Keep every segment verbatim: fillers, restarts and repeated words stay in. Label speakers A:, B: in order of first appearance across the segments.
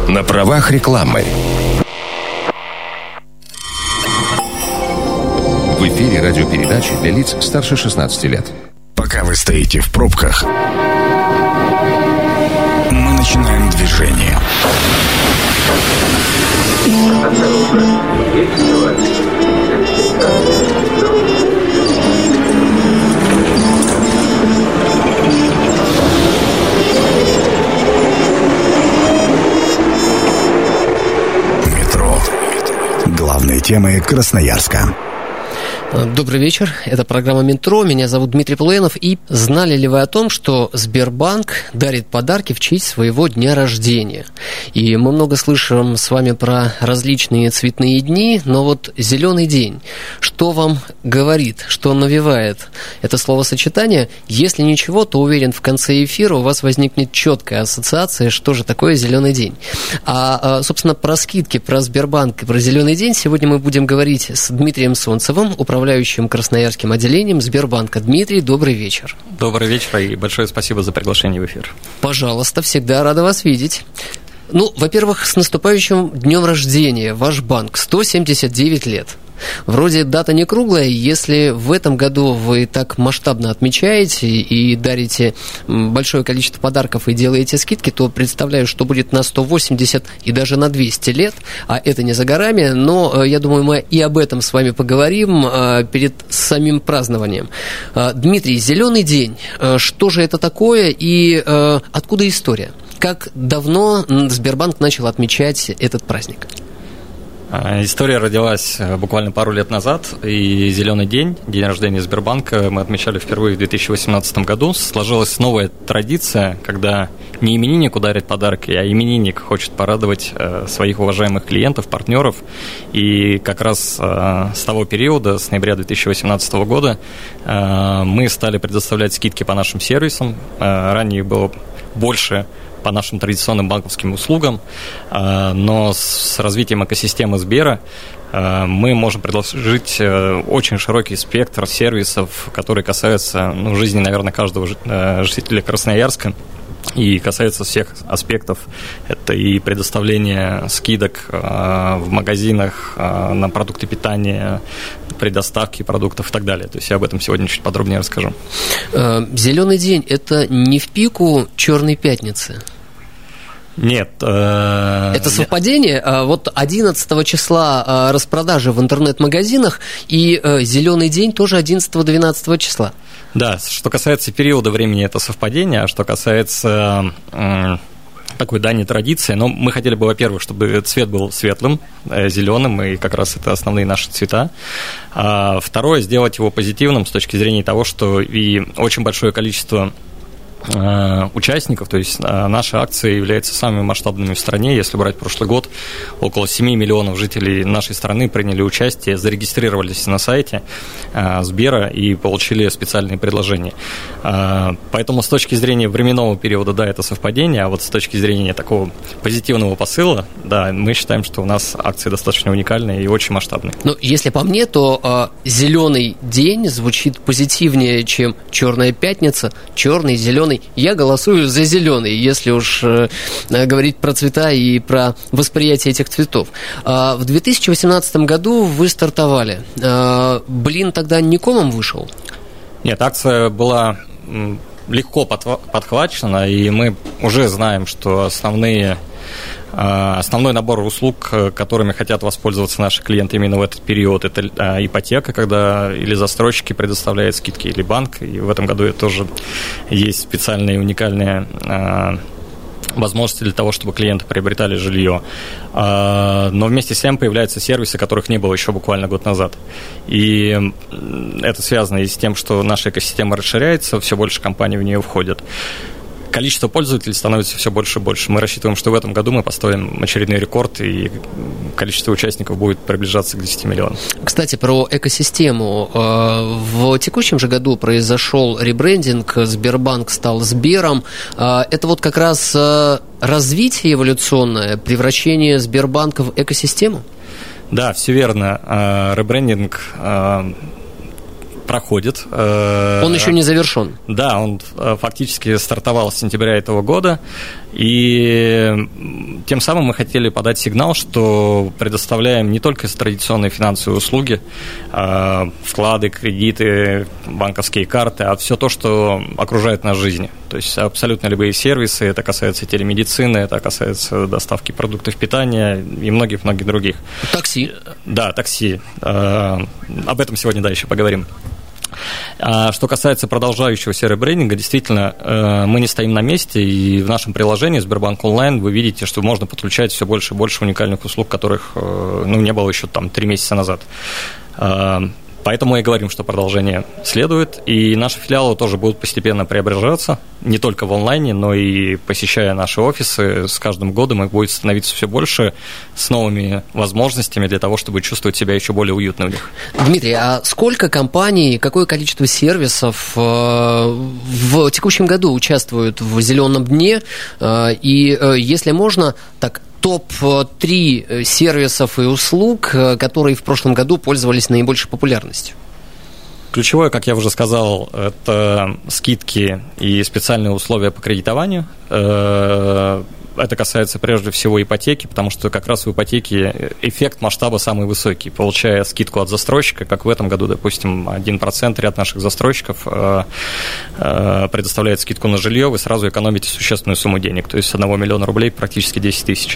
A: На правах рекламы. В эфире радиопередачи для лиц старше шестнадцати лет.
B: Пока вы стоите в пробках, мы начинаем движение. Метро. Главные темы Красноярска.
C: Добрый вечер, это программа «Метро», меня зовут Дмитрий Полуянов. И знали ли вы о том, что Сбербанк дарит подарки в честь своего дня рождения? И мы много слышим с вами про различные цветные дни, но вот «зеленый день», что вам говорит, что навевает это словосочетание? Если ничего, то уверен, в конце эфира у вас возникнет четкая ассоциация, что же такое «зеленый день». А, собственно, про скидки, про Сбербанк и про «зеленый день» сегодня мы будем говорить с Дмитрием Солнцевым, управляющим управляющим Красноярским отделением Сбербанка. Дмитрий, добрый вечер.
D: Добрый вечер и большое спасибо за приглашение в эфир.
C: Пожалуйста, всегда рада вас видеть. Ну, во-первых, с наступающим днем рождения. Ваш банк сто семьдесят девять лет. Вроде дата не круглая, если в этом году вы так масштабно отмечаете и дарите большое количество подарков и делаете скидки, то представляю, что будет на сто восемьдесят и даже на двести лет, а это не за горами, но я думаю, мы и об этом с вами поговорим перед самим празднованием. Дмитрий, «Зеленый день», что же это такое и откуда история? Как давно Сбербанк начал отмечать этот праздник?
D: История родилась буквально пару лет назад, и «Зеленый день», день рождения Сбербанка, мы отмечали впервые в две тысячи восемнадцатом году. Сложилась новая традиция, когда не имениннику дарят подарки, а именинник хочет порадовать своих уважаемых клиентов, партнеров. И как раз с того периода, с ноября две тысячи восемнадцатого года, мы стали предоставлять скидки по нашим сервисам. Ранее было больше по нашим традиционным банковским услугам, но с развитием экосистемы Сбера мы можем предложить очень широкий спектр сервисов, которые касаются ну, жизни, наверное, каждого жителя Красноярска и касаются всех аспектов. Это и предоставление скидок в магазинах на продукты питания, при доставке продуктов и так далее. То есть я об этом сегодня чуть подробнее расскажу.
C: «Зеленый день» – это не в пику «Черной пятницы»?
D: Нет. Э-
C: это совпадение. Вот одиннадцатого числа распродажи в интернет-магазинах, и «Зеленый день» тоже одиннадцатого-двенадцатого числа.
D: Да, что касается периода времени, это совпадение, а что касается э- такой давней традиции, но мы хотели бы, во-первых, чтобы цвет был светлым, э- зеленым, и как раз это основные наши цвета. А второе, сделать его позитивным с точки зрения того, что и очень большое количество участников, то есть наши акции являются самыми масштабными в стране. Если брать прошлый год, около семь миллионов жителей нашей страны приняли участие, зарегистрировались на сайте Сбера и получили специальные предложения. Поэтому с точки зрения временного периода, да, это совпадение, а вот с точки зрения такого позитивного посыла, да, мы считаем, что у нас акции достаточно уникальные и очень масштабные.
C: Ну, если по мне, то э, «Зеленый день» звучит позитивнее, чем «Черная пятница», «Черный», «Зеленый». Я голосую за «Зеленый», если уж э, говорить про цвета и про восприятие этих цветов. Э, в две тысячи восемнадцатом году вы стартовали. Э, блин тогда не комом вышел?
D: Нет, акция была легко подхвачена, и мы уже знаем, что основные... Основной набор услуг, которыми хотят воспользоваться наши клиенты именно в этот период, это ипотека, когда или застройщики предоставляют скидки, или банк. И в этом году это тоже есть специальные уникальные возможности для того, чтобы клиенты приобретали жилье. Но вместе с тем появляются сервисы, которых не было еще буквально год назад. И это связано и с тем, что наша экосистема расширяется, все больше компаний в нее входят. Количество пользователей становится все больше и больше. Мы рассчитываем, что в этом году мы поставим очередной рекорд, и количество участников будет приближаться к десяти миллионам.
C: Кстати, про экосистему. В текущем же году произошел ребрендинг, Сбербанк стал Сбером. Это вот как раз развитие эволюционное, превращение Сбербанка в экосистему?
D: Да, все верно. Ребрендинг проходит.
C: Он еще не завершен.
D: Да, он фактически стартовал с сентября этого года, И тем самым мы хотели подать сигнал, что предоставляем не только традиционные финансовые услуги, вклады, кредиты, банковские карты, а все то, что окружает нас в жизни. То есть абсолютно любые сервисы, это касается телемедицины, это касается доставки продуктов питания и многих-многих других.
C: Такси.
D: Да, такси. Об этом сегодня, да, еще поговорим. А что касается продолжающегося ребрендинга, действительно, мы не стоим на месте, и в нашем приложении Сбербанк онлайн вы видите, что можно подключать все больше и больше уникальных услуг, которых ну, не было еще там три месяца назад. Поэтому и говорим, что продолжение следует, и наши филиалы тоже будут постепенно преображаться, не только в онлайне, но и посещая наши офисы, с каждым годом их будет становиться все больше, с новыми возможностями для того, чтобы чувствовать себя еще более уютно в них.
C: Дмитрий, а сколько компаний, какое количество сервисов в текущем году участвуют в «Зеленом дне», и, если можно, так, топ три сервисов и услуг, которые в прошлом году пользовались наибольшей популярностью?
D: Ключевое, как я уже сказал, это скидки и специальные условия по кредитованию. Это касается прежде всего ипотеки, потому что как раз в ипотеке эффект масштаба самый высокий. Получая скидку от застройщика, как в этом году, допустим, один процент, ряд наших застройщиков предоставляет скидку на жилье, вы сразу экономите существенную сумму денег, то есть с одного миллиона рублей практически десять тысяч.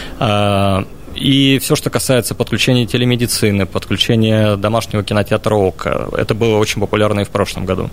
D: И все, что касается подключения телемедицины, подключения домашнего кинотеатра ОККО, это было очень популярно и в прошлом году.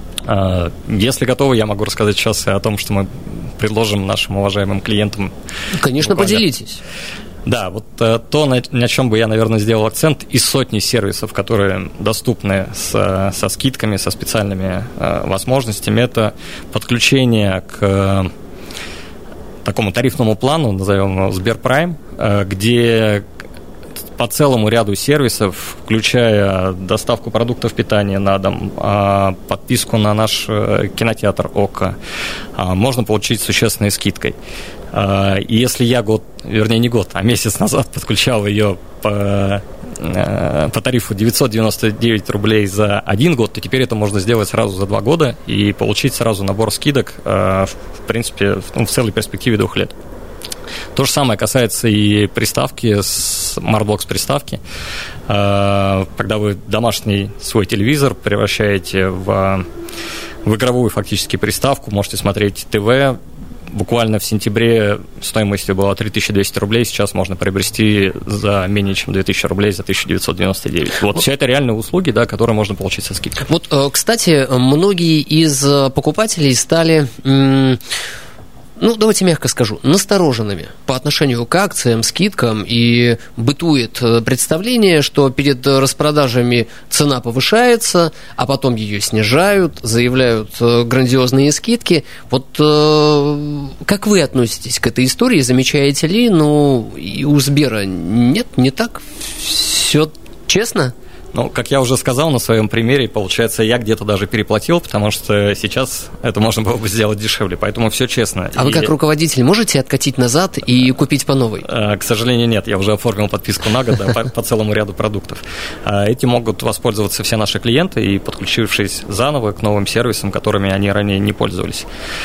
D: Если готовы, я могу рассказать сейчас о том, что мы предложим нашим уважаемым клиентам.
C: Конечно, буквально. Поделитесь.
D: Да, вот то, на чем бы я, наверное, сделал акцент, из сотни сервисов, которые доступны с, со скидками, со специальными возможностями, это подключение к такому тарифному плану, назовем его Сберпрайм, где по целому ряду сервисов, включая доставку продуктов питания на дом, подписку на наш кинотеатр ОККО, можно получить существенной скидкой. И если я год, вернее не год, а месяц назад подключал ее по, по тарифу девятьсот девяносто девять рублей за один год, то теперь это можно сделать сразу за два года и получить сразу набор скидок, в принципе, в целой перспективе двух лет. То же самое касается и приставки, смарт-бокс приставки. Когда вы домашний свой телевизор превращаете в, в игровую фактически приставку, можете смотреть ТВ. Буквально в сентябре стоимость была три тысячи двести рублей, сейчас можно приобрести за менее чем две тысячи рублей, за тысяча девятьсот девяносто девять. Вот, вот все это реальные услуги, да, которые можно получить со скидкой.
C: Вот, кстати, многие из покупателей стали... Ну, давайте мягко скажу, настороженными по отношению к акциям, скидкам, и бытует представление, что перед распродажами цена повышается, а потом ее снижают, заявляют грандиозные скидки. Вот как вы относитесь к этой истории, замечаете ли? Ну, и у Сбера нет, не так, все честно?
D: Ну, как я уже сказал на своем примере, получается, я где-то даже переплатил, потому что сейчас это можно было бы сделать дешевле, поэтому все честно.
C: А и... вы как руководитель можете откатить назад и купить по новой?
D: К сожалению, нет, я уже оформил подписку на год, да, по, по целому ряду продуктов. Этим могут воспользоваться все наши клиенты, и подключившись заново к новым сервисам, которыми они ранее не пользовались.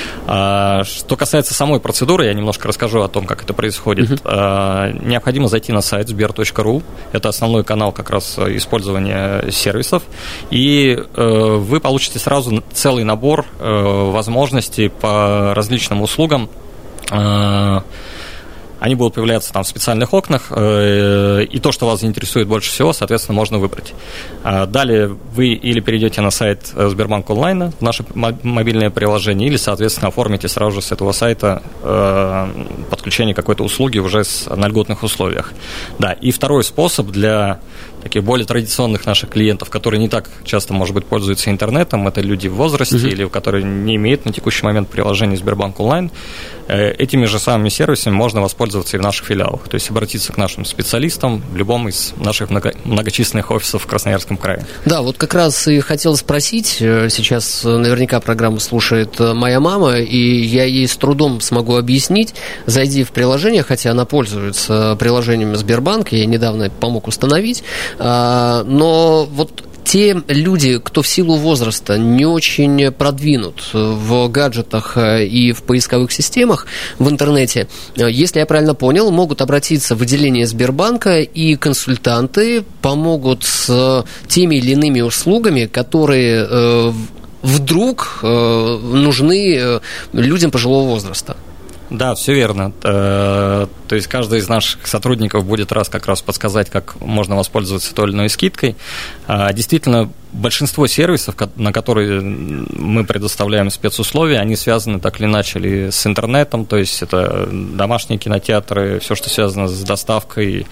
D: Что касается самой процедуры, я немножко расскажу о том, как это происходит. Uh-huh. Необходимо зайти на сайт сбер точка ру, это основной канал как раз использования сервисов, и э, вы получите сразу целый набор э, возможностей по различным услугам. Э, они будут появляться там в специальных окнах, э, и то, что вас заинтересует больше всего, соответственно, можно выбрать. Э, далее вы или перейдете на сайт Сбербанк онлайн, в наше мобильное приложение, или, соответственно, оформите сразу же с этого сайта э, подключение какой-то услуги уже с, на льготных условиях. Да, и второй способ для таких более традиционных наших клиентов, которые не так часто, может быть, пользуются интернетом, это люди в возрасте uh-huh. или которые не имеют на текущий момент приложения Сбербанк онлайн, этими же самыми сервисами можно воспользоваться и в наших филиалах, то есть обратиться к нашим специалистам в любом из наших много- многочисленных офисов в Красноярском крае.
C: Да, вот как раз и хотел спросить, сейчас наверняка программу слушает моя мама, и я ей с трудом смогу объяснить, зайди в приложение, хотя она пользуется приложением Сбербанка, я недавно помог установить, но вот те люди, кто в силу возраста не очень продвинут в гаджетах и в поисковых системах в интернете, если я правильно понял, могут обратиться в отделение Сбербанка, и консультанты помогут с теми или иными услугами, которые вдруг нужны людям пожилого возраста.
D: Да, все верно. То есть каждый из наших сотрудников будет раз как раз подсказать, как можно воспользоваться той или иной скидкой. Действительно, большинство сервисов, на которые мы предоставляем спецусловия, они связаны так или иначе или с интернетом, то есть это домашние кинотеатры, все, что связано с доставкой,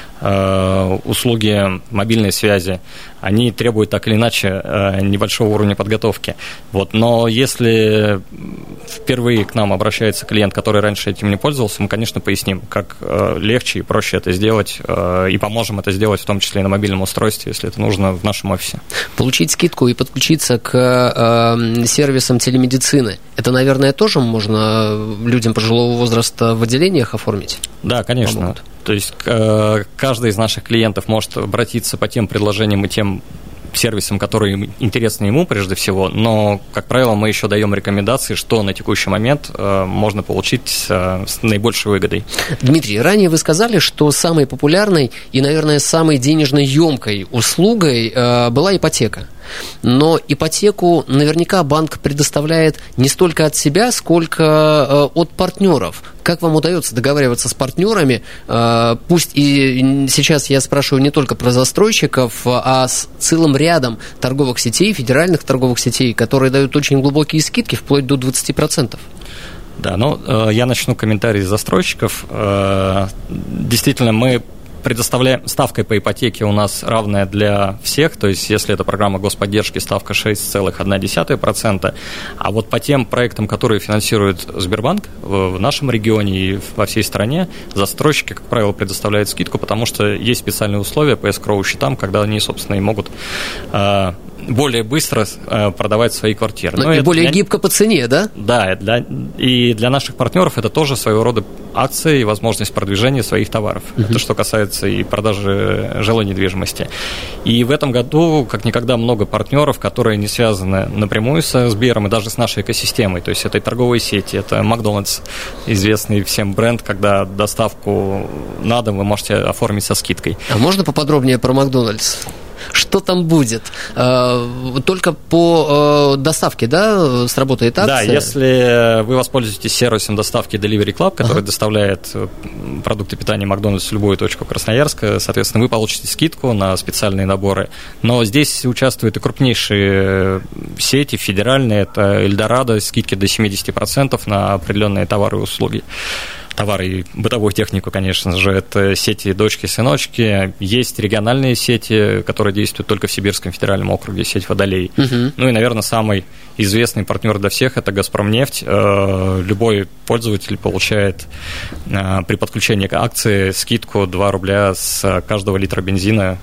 D: услуги мобильной связи, они требуют так или иначе небольшого уровня подготовки. Вот. Но если впервые к нам обращается клиент, который раньше этим не пользовался, мы, конечно, поясним, как легче и проще это сделать, и поможем это сделать, в том числе и на мобильном устройстве, если это нужно в нашем офисе.
C: Получить скидку и подключиться к э, сервисам телемедицины, это, наверное, тоже можно людям пожилого возраста в отделениях оформить?
D: Да, конечно. Помогут. То есть э, каждый из наших клиентов может обратиться по тем предложениям и тем сервисам, которые интересны ему прежде всего, но, как правило, мы еще даем рекомендации, что на текущий момент э, можно получить э, с наибольшей выгодой.
C: Дмитрий, ранее вы сказали, что самой популярной и, наверное, самой денежно емкой услугой э, была ипотека. Но ипотеку наверняка банк предоставляет не столько от себя, сколько э, от партнеров. Как вам удается договариваться с партнерами? Э, пусть и сейчас я спрашиваю не только про застройщиков, а с целым рядом торговых сетей, федеральных торговых сетей, которые дают очень глубокие скидки, вплоть до двадцать процентов.
D: Да, ну, э, я начну комментарий с застройщиков. Э, действительно, мы предоставляем, ставка по ипотеке у нас равная для всех, то есть если это программа господдержки, ставка шесть целых одна десятая процента, а вот по тем проектам, которые финансирует Сбербанк в нашем регионе и во всей стране, застройщики, как правило, предоставляют скидку, потому что есть специальные условия по эскроу-счетам, когда они, собственно, и могут более быстро продавать свои квартиры.
C: Но и более для... гибко по цене, да?
D: Да, для... и для наших партнеров это тоже своего рода акция и возможность продвижения своих товаров. Uh-huh. Это что касается и продажи жилой недвижимости. И в этом году, как никогда, много партнеров, которые не связаны напрямую со Сбером и даже с нашей экосистемой. То есть это и торговые сети, это Макдональдс, известный всем бренд, когда доставку на дом вы можете оформить со скидкой.
C: А можно поподробнее про Макдональдс? Что там будет? Только по доставке, да, сработает акция?
D: Да, если вы воспользуетесь сервисом доставки Delivery Club, который ага. доставляет продукты питания Макдональдс в любую точку Красноярска, соответственно, вы получите скидку на специальные наборы. Но здесь участвуют и крупнейшие сети, федеральные, это Эльдорадо, скидки до семьдесят процентов на определенные товары и услуги. Товары и бытовую технику, конечно же, это сети дочки-сыночки. Есть региональные сети, которые действуют только в Сибирском федеральном округе, сеть Водолей. Uh-huh. Ну и, наверное, самый известный партнер для всех – это «Газпромнефть». Любой пользователь получает при подключении к акции скидку два рубля с каждого литра бензина,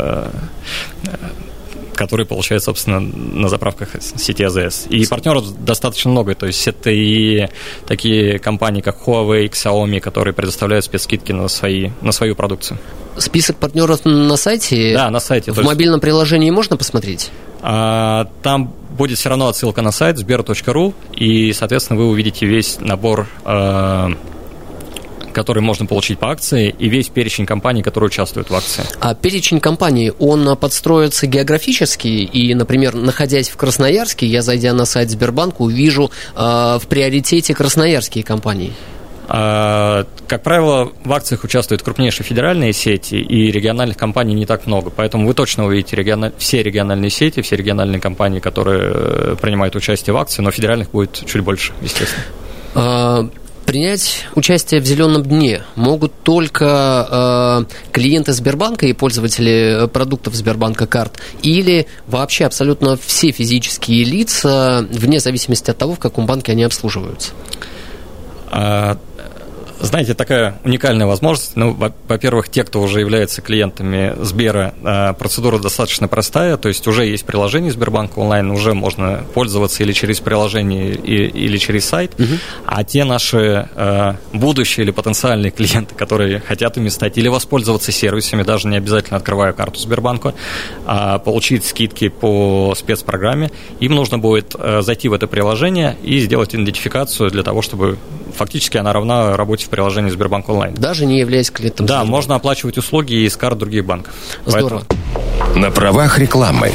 D: который получает, собственно, на заправках сети АЗС. И партнеров достаточно много, то есть это и такие компании, как Huawei, Xiaomi, которые предоставляют спецскидки на, свои, на свою продукцию.
C: Список партнеров на сайте?
D: Да, на сайте.
C: В мобильном приложении можно посмотреть?
D: А, там будет все равно отсылка на сайт сбер точка ру, и, соответственно, вы увидите весь набор, а, который можно получить по акции, и весь перечень компаний, которые участвуют в акции.
C: А перечень компаний, он подстроится географически, и, например, находясь в Красноярске, я, зайдя на сайт Сбербанка, увижу э, в приоритете красноярские компании?
D: А, как правило, в акциях участвуют крупнейшие федеральные сети, и региональных компаний не так много, поэтому вы точно увидите региональ... все региональные сети, все региональные компании, которые принимают участие в акции, но федеральных будет чуть больше, естественно.
C: А... Принять участие в «Зеленом дне» могут только э, клиенты Сбербанка и пользователи продуктов Сбербанка карт, или вообще абсолютно все физические лица, вне зависимости от того, в каком банке они обслуживаются?
D: А, Знаете, такая уникальная возможность. Ну, во-первых, те, кто уже является клиентами Сбера, процедура достаточно простая, то есть уже есть приложение Сбербанк онлайн, уже можно пользоваться или через приложение, или через сайт, угу. А те наши будущие или потенциальные клиенты, которые хотят ими стать или воспользоваться сервисами, даже не обязательно открывая карту Сбербанка, а получить скидки по спецпрограмме, им нужно будет зайти в это приложение и сделать идентификацию для того, чтобы фактически она равна работе в приложении Сбербанк онлайн.
C: Даже не являясь клиентом
D: Да,
C: Сбербанка.
D: Можно оплачивать услуги из карт других банков.
C: Здорово.
A: Поэтому... На правах рекламы.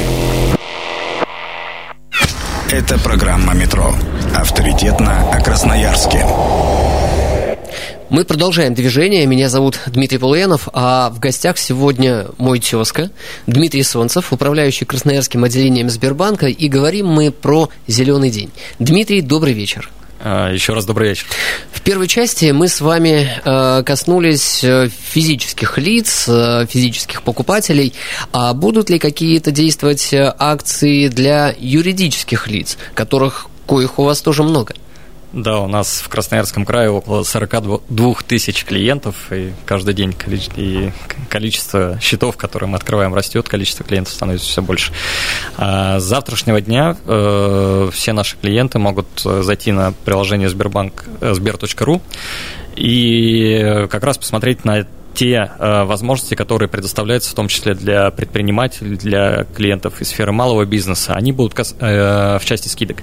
B: Это программа «Метро». Авторитетно о Красноярске.
C: Мы продолжаем движение. Меня зовут Дмитрий Полуянов, а в гостях сегодня мой тезка Дмитрий Солнцев, управляющий Красноярским отделением Сбербанка, и говорим мы про «Зеленый день». Дмитрий, добрый вечер.
D: Еще раз добрый вечер.
C: В первой части мы с вами э, коснулись физических лиц, э, физических покупателей. А будут ли какие-то действовать акции для юридических лиц, которых, коих у вас тоже много?
D: Да, у нас в Красноярском крае около сорок две тысячи клиентов, и каждый день количество, и количество счетов, которые мы открываем, растет, количество клиентов становится все больше. А с завтрашнего дня э, все наши клиенты могут зайти на приложение Сбербанк, сбер точка ру и как раз посмотреть на те э, возможности, которые предоставляются в том числе для предпринимателей, для клиентов из сферы малого бизнеса. Они будут кас- э, в части скидок.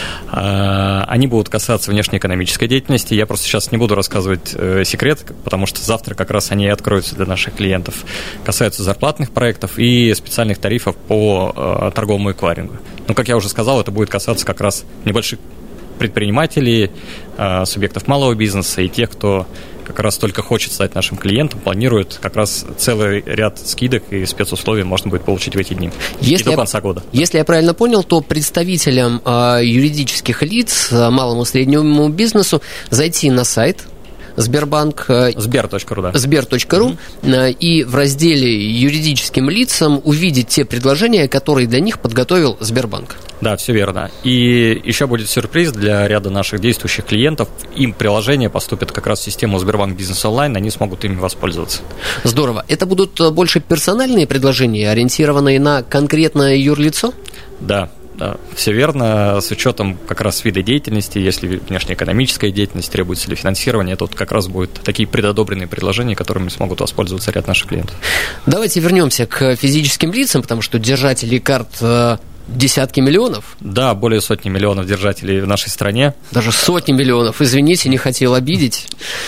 D: Э, они будут касаться внешнеэкономической деятельности. Я просто сейчас не буду рассказывать э, секрет, потому что завтра как раз они и откроются для наших клиентов. Касаются зарплатных проектов и специальных тарифов по э, торговому эквайрингу. Но, как я уже сказал, это будет касаться как раз небольших предпринимателей, э, субъектов малого бизнеса и тех, кто как раз только хочет стать нашим клиентом, планирует как раз целый ряд скидок и спецусловий можно будет получить в эти дни.
C: Если
D: и до
C: я,
D: конца года.
C: Если я правильно понял, то представителям э, юридических лиц, э, малому и среднему бизнесу зайти на сайт Сбербанк,
D: сбер точка ру, да.
C: сбер точка ру, mm-hmm. и в разделе юридическим лицам увидеть те предложения, которые для них подготовил Сбербанк.
D: Да, все верно. И еще будет сюрприз для ряда наших действующих клиентов. Им приложение поступит как раз в систему Сбербанк Бизнес Онлайн, они смогут ими воспользоваться.
C: Здорово. Это будут больше персональные предложения, ориентированные на конкретное юрлицо?
D: Да. Да, все верно, с учетом как раз вида деятельности, если внешнеэкономическая деятельность, требуется ли финансирование, это вот как раз будут такие предодобренные предложения, которыми смогут воспользоваться ряд наших клиентов.
C: Давайте вернемся к физическим лицам, потому что держателей карт э, десятки миллионов.
D: Да, более сотни миллионов держателей в нашей стране.
C: Даже сотни миллионов, извините, не хотел обидеть.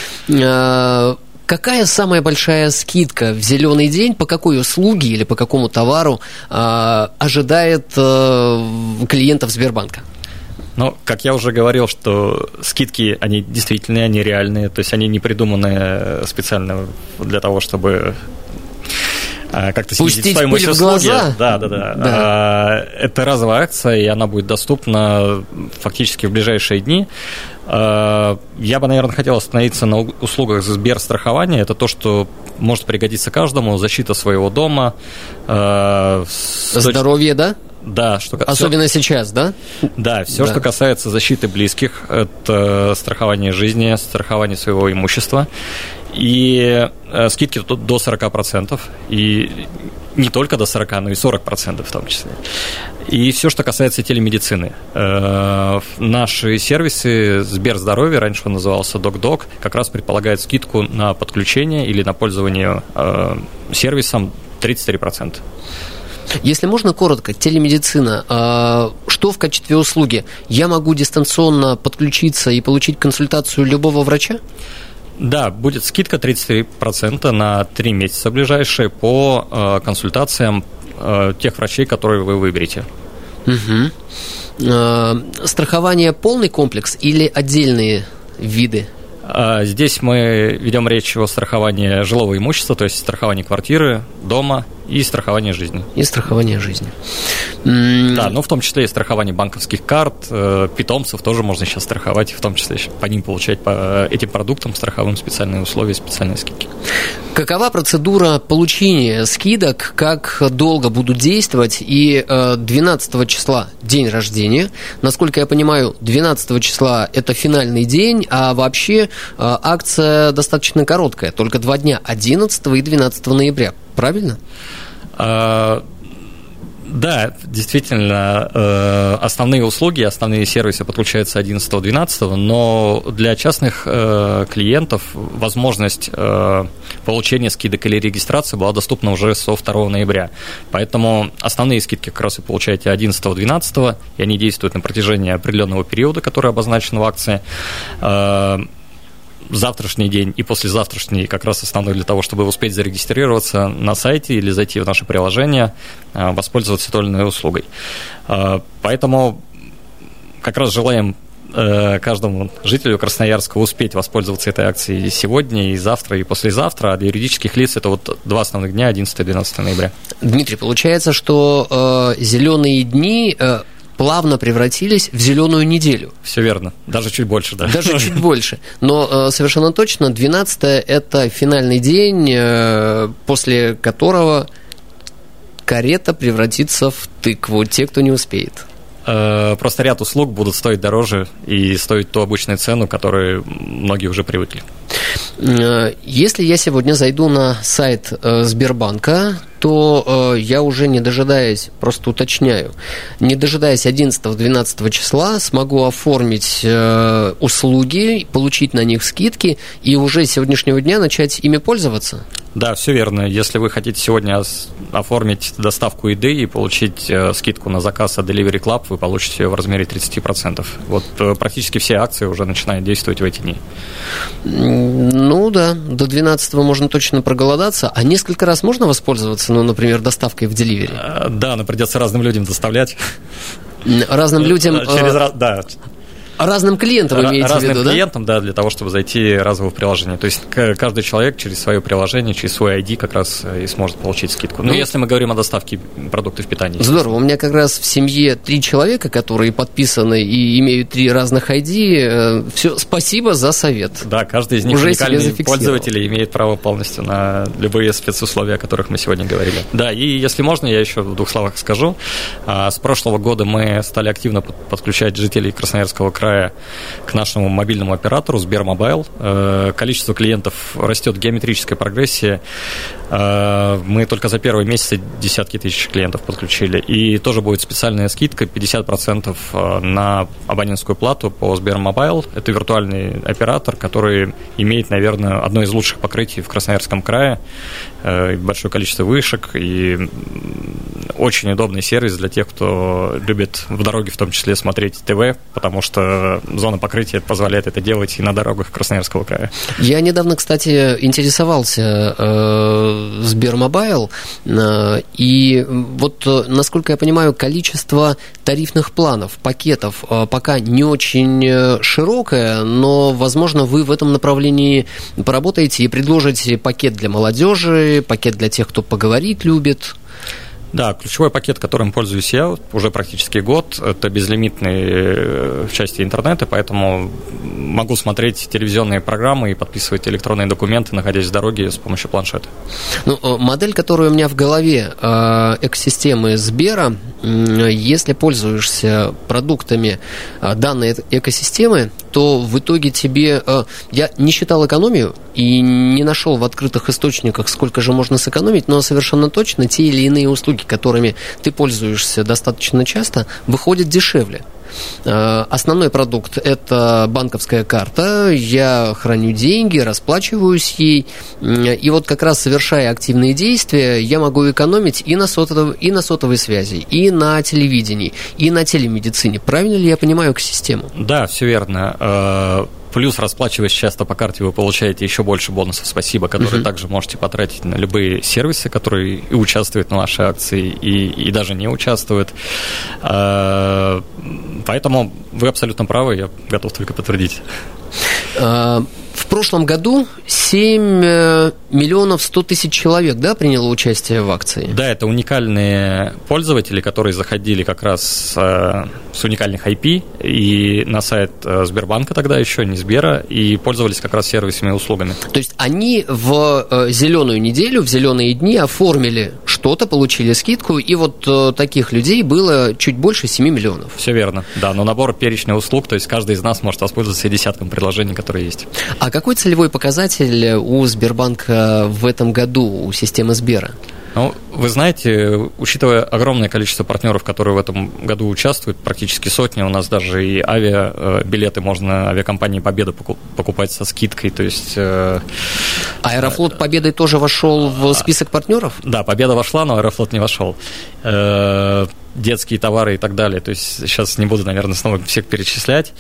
C: Э, Какая самая большая скидка в «Зеленый день», по какой услуге или по какому товару э, ожидает э, клиентов Сбербанка?
D: Ну, как я уже говорил, что скидки, они действительно, они реальные, то есть они не придуманы специально для того, чтобы как-то снизить стоимость услуги. Да, да, да. да. Это разовая акция, и она будет доступна фактически в ближайшие дни. Я бы, наверное, хотел остановиться на услугах Сберстрахования. Это то, что может пригодиться каждому. Защита своего дома.
C: Здоровье, да?
D: Да, что
C: особенно все, сейчас, да?
D: Да, все, да. Что касается защиты близких, это страхование жизни, страхование своего имущества. И э, скидки тут до сорок процентов. И не только до сорок, но и сорок процентов в том числе. И все, что касается телемедицины. Э, наши сервисы Сберздоровье, раньше он назывался DocDoc, как раз предполагает скидку на подключение или на пользование э, сервисом тридцать три процента.
C: Если можно коротко, телемедицина, что в качестве услуги? Я могу дистанционно подключиться и получить консультацию любого врача?
D: Да, будет скидка тридцать три процента на три месяца ближайшие по консультациям тех врачей, которые вы выберете.
C: Угу. Страхование полный комплекс или отдельные виды?
D: Здесь мы ведем речь о страховании жилого имущества, то есть страховании квартиры, дома и страховании жизни.
C: И страхование жизни.
D: Да, ну в том числе и страхование банковских карт, питомцев тоже можно сейчас страховать, в том числе по ним получать по этим продуктам страховым специальные условия, специальные скидки.
C: Какова процедура получения скидок, как долго будут действовать? И двенадцатого числа день рождения. Насколько я понимаю, двенадцатого числа это финальный день, а вообще акция достаточно короткая, только два дня, одиннадцатого и двенадцатого ноября. Правильно?
D: А... Да, действительно, основные услуги, основные сервисы подключаются одиннадцатого-двенадцатого, но для частных клиентов возможность получения скидок или регистрации была доступна уже со второго ноября. Поэтому основные скидки как раз и получаете одиннадцатого-двенадцатого, и они действуют на протяжении определенного периода, который обозначен в акции. Завтрашний день и послезавтрашний как раз основной для того, чтобы успеть зарегистрироваться на сайте или зайти в наше приложение, воспользоваться той или иной услугой. Поэтому как раз желаем каждому жителю Красноярска успеть воспользоваться этой акцией сегодня, и завтра, и послезавтра, а для юридических лиц это вот два основных дня, одиннадцатого и двенадцатого ноября. Дмитрий,
C: получается, что э, зеленые дни... Э... плавно превратились в зеленую неделю.
D: Все верно, даже чуть больше, да.
C: Даже чуть больше. Но э, совершенно точно, двенадцатое это финальный день, э, после которого карета превратится в тыкву, те, кто не успеет.
D: Э, просто ряд услуг будут стоить дороже и стоить ту обычную цену, к которой многие уже привыкли.
C: Если я сегодня зайду на сайт э, Сбербанка, то э, я уже не дожидаясь, просто уточняю, не дожидаясь одиннадцатого-двенадцатого числа, смогу оформить э, услуги, получить на них скидки и уже с сегодняшнего дня начать ими пользоваться?
D: Да, все верно. Если вы хотите сегодня оформить доставку еды и получить э, скидку на заказ от Delivery Club, вы получите ее в размере тридцать процентов. Вот э, практически все акции уже начинают действовать в эти дни.
C: Ну да, до двенадцатого можно точно проголодаться. А несколько раз можно воспользоваться, ну, например, доставкой в Delivery?
D: Да, но придется разным людям доставлять.
C: Разным людям...
D: Через раз, да.
C: Разным клиентам имеете
D: Разным
C: в виду, да?
D: Разным клиентам, да, для того, чтобы зайти разово в приложение. То есть каждый человек через свое приложение, через свой ай ди как раз и сможет получить скидку. Ну, ну если мы говорим о доставке продуктов питания.
C: Здорово. У меня как раз в семье три человека, которые подписаны и имеют три разных ай ди. Все, спасибо за совет.
D: Да, каждый из них уже уникальный пользователь и имеет право полностью на любые спецусловия, о которых мы сегодня говорили. Да, и если можно, я еще в двух словах скажу. С прошлого года мы стали активно подключать жителей Красноярского края к нашему мобильному оператору Сбермобайл. Количество клиентов растет в геометрической прогрессии. Мы только за первые месяцы десятки тысяч клиентов подключили. И тоже будет специальная скидка пятьдесят процентов на абонентскую плату по Сбермобайл. Это виртуальный оператор, который имеет, наверное, одно из лучших покрытий в Красноярском крае. Большое количество вышек и очень удобный сервис для тех, кто любит в дороге в том числе смотреть ТВ, потому что зона покрытия позволяет это делать и на дорогах Красноярского края.
C: Я недавно, кстати, интересовался э, Сбермобайл, э, и вот, насколько я понимаю, количество тарифных планов, пакетов э, пока не очень широкое, но, возможно, вы в этом направлении поработаете и предложите пакет для молодежи, пакет для тех, кто поговорить любит.
D: Да, ключевой пакет, которым пользуюсь я уже практически год, это безлимитный в части интернета, поэтому могу смотреть телевизионные программы и подписывать электронные документы, находясь в дороге с помощью планшета.
C: Ну, модель, которая у меня в голове, экосистемы Сбера, если пользуешься продуктами данной экосистемы, то в итоге тебе... Я не считал экономию и не нашел в открытых источниках, сколько же можно сэкономить, но совершенно точно те или иные услуги, которыми ты пользуешься достаточно часто, выходят дешевле. Основной продукт – это банковская карта, я храню деньги, расплачиваюсь ей, и вот как раз совершая активные действия, я могу экономить и на сотовой, и на сотовой связи, и на телевидении, и на телемедицине. Правильно ли я понимаю экосистему?
D: Да, все верно. Плюс, расплачиваясь часто по карте, вы получаете еще больше бонусов «Спасибо», которые uh-huh. также можете потратить на любые сервисы, которые и участвуют на вашей акции, и, и даже не участвуют. Поэтому вы абсолютно правы, я готов только подтвердить.
C: В прошлом году семь миллионов сто тысяч человек, да, приняло участие в акции?
D: Да, это уникальные пользователи, которые заходили как раз э, с уникальных ай пи и на сайт э, Сбербанка тогда еще, не Сбера, и пользовались как раз сервисами и услугами.
C: То есть они в э, зеленую неделю, в зеленые дни оформили что-то, получили скидку, и вот э, таких людей было чуть больше семи миллионов.
D: Все верно, да, но набор перечня услуг, то есть каждый из нас может воспользоваться десятком приложений, которые есть.
C: А какой целевой показатель у Сбербанка в этом году, у системы Сбера?
D: Ну, вы знаете, учитывая огромное количество партнеров, которые в этом году участвуют, практически сотни, у нас даже и авиабилеты можно авиакомпании «Победа» покупать со скидкой, то есть...
C: Аэрофлот «Победы» тоже вошел в список партнеров?
D: Да, «Победа» вошла, но Аэрофлот не вошел. Детские товары и так далее, то есть сейчас не буду, наверное, снова всех перечислять.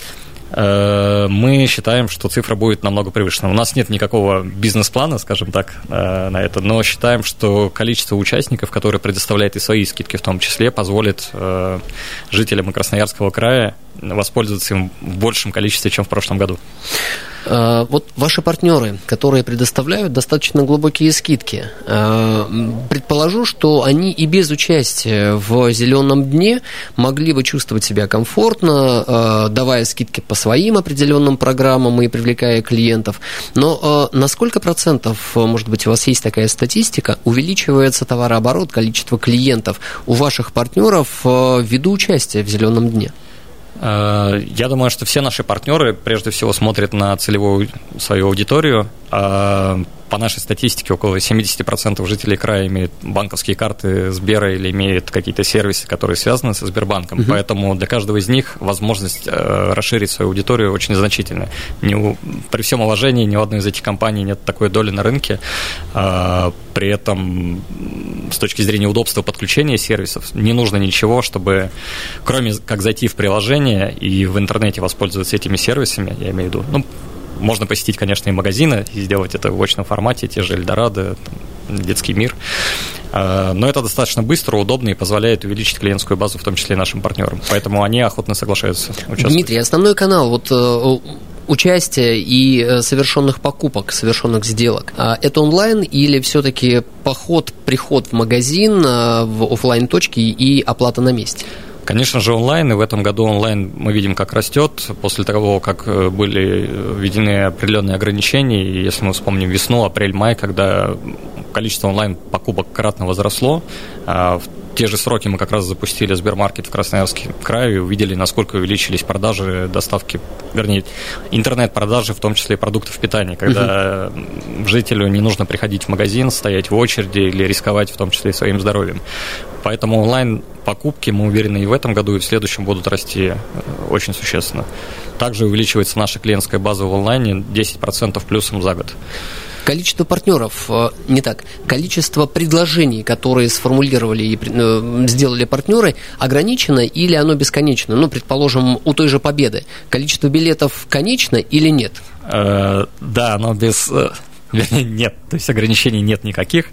D: Мы считаем, что цифра будет намного превышена. У нас нет никакого бизнес-плана, скажем так, на это, но считаем, что количество участников, которые предоставляют и свои скидки в том числе, позволит жителям Красноярского края воспользоваться им в большем количестве, чем в прошлом году.
C: Вот ваши партнеры, которые предоставляют достаточно глубокие скидки, предположу, что они и без участия в зеленом дне могли бы чувствовать себя комфортно, давая скидки по своим определенным программам и привлекая клиентов. Но на сколько процентов, может быть, у вас есть такая статистика, увеличивается товарооборот, количество клиентов у ваших партнеров ввиду участия в зеленом дне?
D: Я думаю, что все наши партнеры прежде всего смотрят на целевую свою аудиторию. По нашей статистике, около семьдесят процентов жителей края имеют банковские карты Сбера или имеют какие-то сервисы, которые связаны со Сбербанком. Uh-huh. Поэтому для каждого из них возможность расширить свою аудиторию очень значительная. Не, при всем уважении, ни у одной из этих компаний нет такой доли на рынке. При этом, с точки зрения удобства подключения сервисов, не нужно ничего, чтобы, кроме как зайти в приложение и в интернете воспользоваться этими сервисами, я имею в виду, ну, можно посетить, конечно, и магазины, и сделать это в очном формате, те же Эльдорадо, Детский мир. Но это достаточно быстро, удобно и позволяет увеличить клиентскую базу, в том числе и нашим партнерам. Поэтому они охотно соглашаются участвовать.
C: Дмитрий, основной канал вот участия и совершенных покупок, совершенных сделок, это онлайн или все-таки поход, приход в магазин, в офлайн-точки и оплата на месте?
D: Конечно же, онлайн, и в этом году онлайн мы видим, как растет. После того, как были введены определенные ограничения, и если мы вспомним весну, апрель, май, когда количество онлайн-покупок кратно возросло, в те же сроки мы как раз запустили Сбермаркет в Красноярске крае и увидели, насколько увеличились продажи, доставки, вернее, интернет-продажи, в том числе и продуктов питания, когда uh-huh. жителю не нужно приходить в магазин, стоять в очереди или рисковать, в том числе и своим здоровьем. Поэтому онлайн-покупки, мы уверены, и в этом году, и в следующем будут расти очень существенно. Также увеличивается наша клиентская база в онлайне десять процентов плюсом за год.
C: Количество партнеров, не так, количество предложений, которые сформулировали и сделали партнеры, ограничено или оно бесконечно? Ну, предположим, у той же «Победы». Количество билетов конечно или нет?
D: Э, да, оно без... Нет, то есть ограничений нет никаких.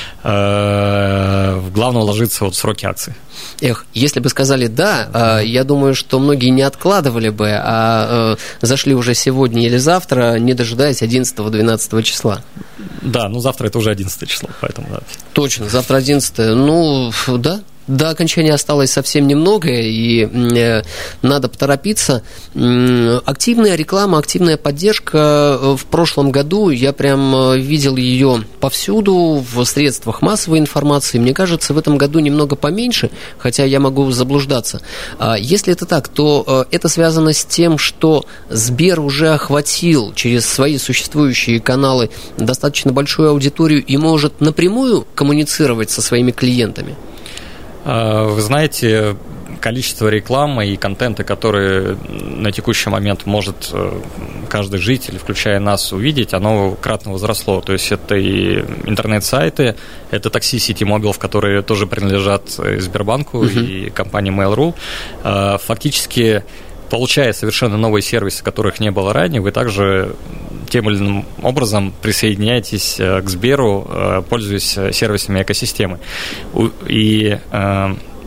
D: Главное ложиться вот в сроки акции.
C: Эх, если бы сказали «да», я думаю, что многие не откладывали бы, а зашли уже сегодня или завтра, не дожидаясь одиннадцатого-двенадцатого числа.
D: Да, ну завтра это уже одиннадцатое число, поэтому да.
C: Точно, завтра одиннадцатое. Ну, да. До окончания осталось совсем немного, и э, надо поторопиться. Активная реклама, активная поддержка. В прошлом году я прям видел ее повсюду, в средствах массовой информации. Мне кажется, в этом году немного поменьше, хотя я могу заблуждаться. Если это так, то это связано с тем, что Сбер уже охватил через свои существующие каналы достаточно большую аудиторию и может напрямую коммуницировать со своими клиентами.
D: Вы знаете, количество рекламы и контента, который на текущий момент может каждый житель, включая нас, увидеть, оно кратно возросло. То есть это и интернет-сайты, это такси City Mobile, которые тоже принадлежат Сбербанку uh-huh. и компании Mail.ru. Фактически, получая совершенно новые сервисы, которых не было ранее, вы также тем или иным образом присоединяйтесь к Сберу, пользуясь сервисами экосистемы. И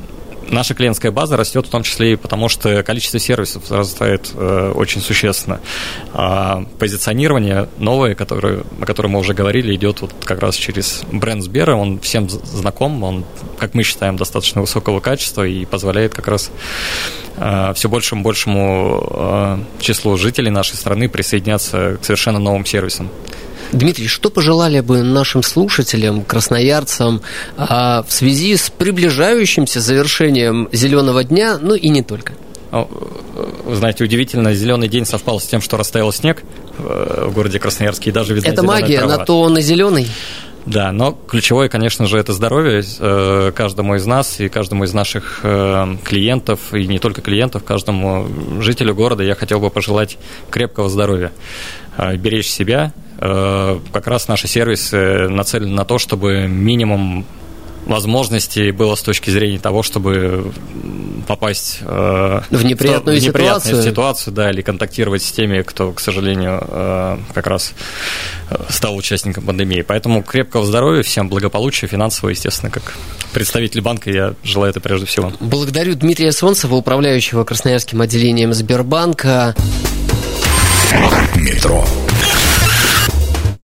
D: наша клиентская база растет в том числе и потому, что количество сервисов возрастает э, очень существенно. А позиционирование новое, которое, о котором мы уже говорили, идет вот как раз через бренд Сбера. Он всем знаком, он, как мы считаем, достаточно высокого качества и позволяет как раз э, все большему и большему э, числу жителей нашей страны присоединяться к совершенно новым сервисам.
C: Дмитрий, что пожелали бы нашим слушателям, красноярцам, а, в связи с приближающимся завершением «Зеленого дня», ну и не только?
D: Вы знаете, удивительно, «Зеленый день» совпал с тем, что растаял снег в городе Красноярске, и даже видна
C: это
D: зеленая
C: магия,
D: трава.
C: на то он и зеленый.
D: Да, но ключевое, конечно же, это здоровье э, каждому из нас и каждому из наших э, клиентов, и не только клиентов, каждому жителю города я хотел бы пожелать крепкого здоровья, э, беречь себя. Э, как раз наши сервисы нацелены на то, чтобы минимум возможностей было с точки зрения того, чтобы попасть э,
C: в неприятную,
D: в неприятную
C: ситуацию.
D: ситуацию, да, или контактировать с теми, кто, к сожалению, э, как раз стал участником пандемии. Поэтому крепкого здоровья, всем благополучия, финансового, естественно, как представитель банка, я желаю это прежде всего.
C: Благодарю Дмитрия Свонцева, управляющего Красноярским отделением Сбербанка.
B: Метро.